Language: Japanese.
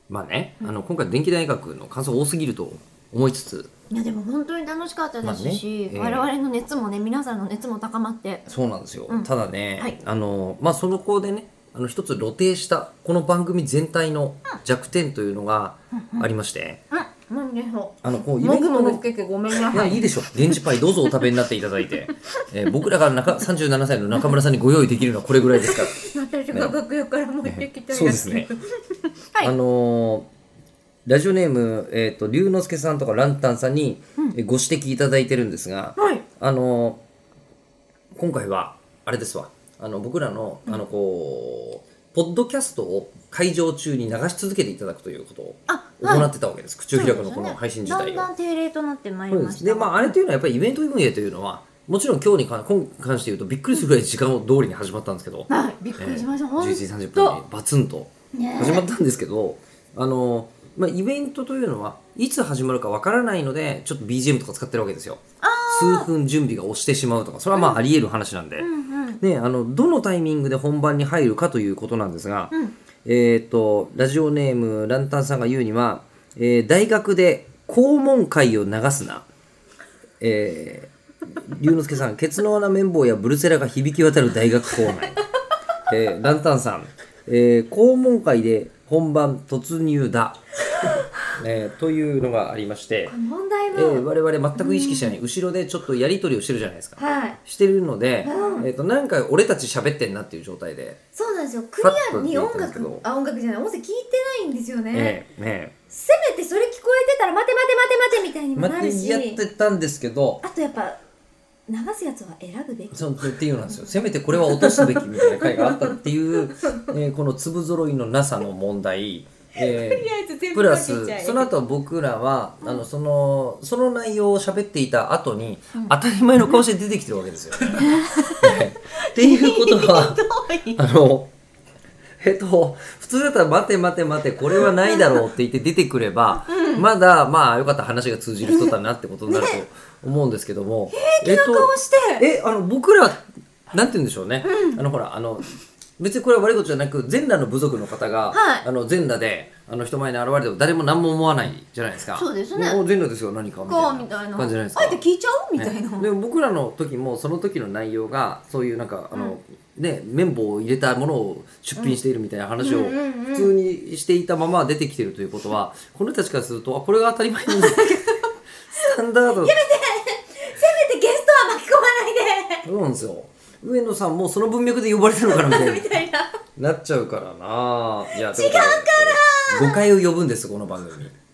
まあね、今回電気大学の感想多すぎると思いつつ、 いやでも本当に楽しかったですし、 まあね我々の熱もね、皆さんの熱も高まって。 そうなんですよ、 うんただね、 はいまあその子でね一つ露呈したこの番組全体の弱点というのがありまして、 何でしょこうう。もぐイベントのもぐつけてごめんないやさい。 いいでしょ電磁パイどうぞお食べになっていただいて、僕らが37歳の中村さんにご用意できるのはこれぐらいですから私が楽屋から持ってきたやつ。 そうですねはい。 ラジオネーム、龍之介さんとかランタンさんに、ご指摘いただいてるんですが、 はい今回はあれですわ、僕らのこうポッドキャストを会場中に流し続けていただくということを行ってたわけです、口を開くのこの配信自体を。 だんだん定例となってまいりそうでました。 すで、まあ、あれというのはやっぱりイベント運営というのはもちろん今日に関して言うとびっくりするぐらい時間を通りに始まったんですけど、 はい、びっくりしました。 11時30分にバツンとね始まったんですけど、まあ、イベントというのはいつ始まるかわからないのでちょっと BGM とか使ってるわけですよ。数分準備が押してしまうとか、それはまああり得る話なんで、ね、どのタイミングで本番に入るかということなんですが、ラジオネームランタンさんが言うには、大学で校門会を流すな、龍之介さん、ケツの穴綿棒やブルセラが響き渡る大学構内、ランタンさん、校門会で本番突入だ、というのがありまして、 問題は、 我々全く意識しない、後ろでちょっとやり取りをしてるじゃないですか、 はいしてるので、なんか俺たち喋ってんなっていう状態で、 そうなんですよ。クリアに音楽じゃない、音声聞いてないんですよね。せめてそれ聞こえてたら待て待て待て待てみたいにもなるし、 やってたんですけど、 あとやっぱ流すやつは選ぶべきそうっていうなんですよ。せめてこれは落とすべきみたいな回があったっていう、この粒揃いのなさの問題、プラスその後僕らは、その内容を喋っていた後に、当たり前の顔して出てきてるわけですよ。っていうことは普通だったら待て待て待てこれはないだろうって言って出てくれば、まだまあよかった話が通じる人だなってことになると思うんですけども、 平気な顔して僕らなんて言うんでしょうね、ほら別にこれは悪いことじゃなく、全裸の部族の方が、全裸で人前に現れても誰も何も思わないじゃないですか。 そうですね。 全裸ですよ何かみたいな感じじゃないですか。 あえて聞いちゃうみたいな。 でも僕らの時もその時の内容がそういうなんか綿棒を入れたものを出品しているみたいな話を普通にしていたまま出てきてるということは、この人たちからするとこれが当たり前なんですけどスタンダード。 せめてゲストは巻き込まないで。 そうなんですよ。上野さんもその文脈で呼ばれたのかなみたいなみたいななっちゃうからな。いや違うから誤解を呼ぶんですこの番組。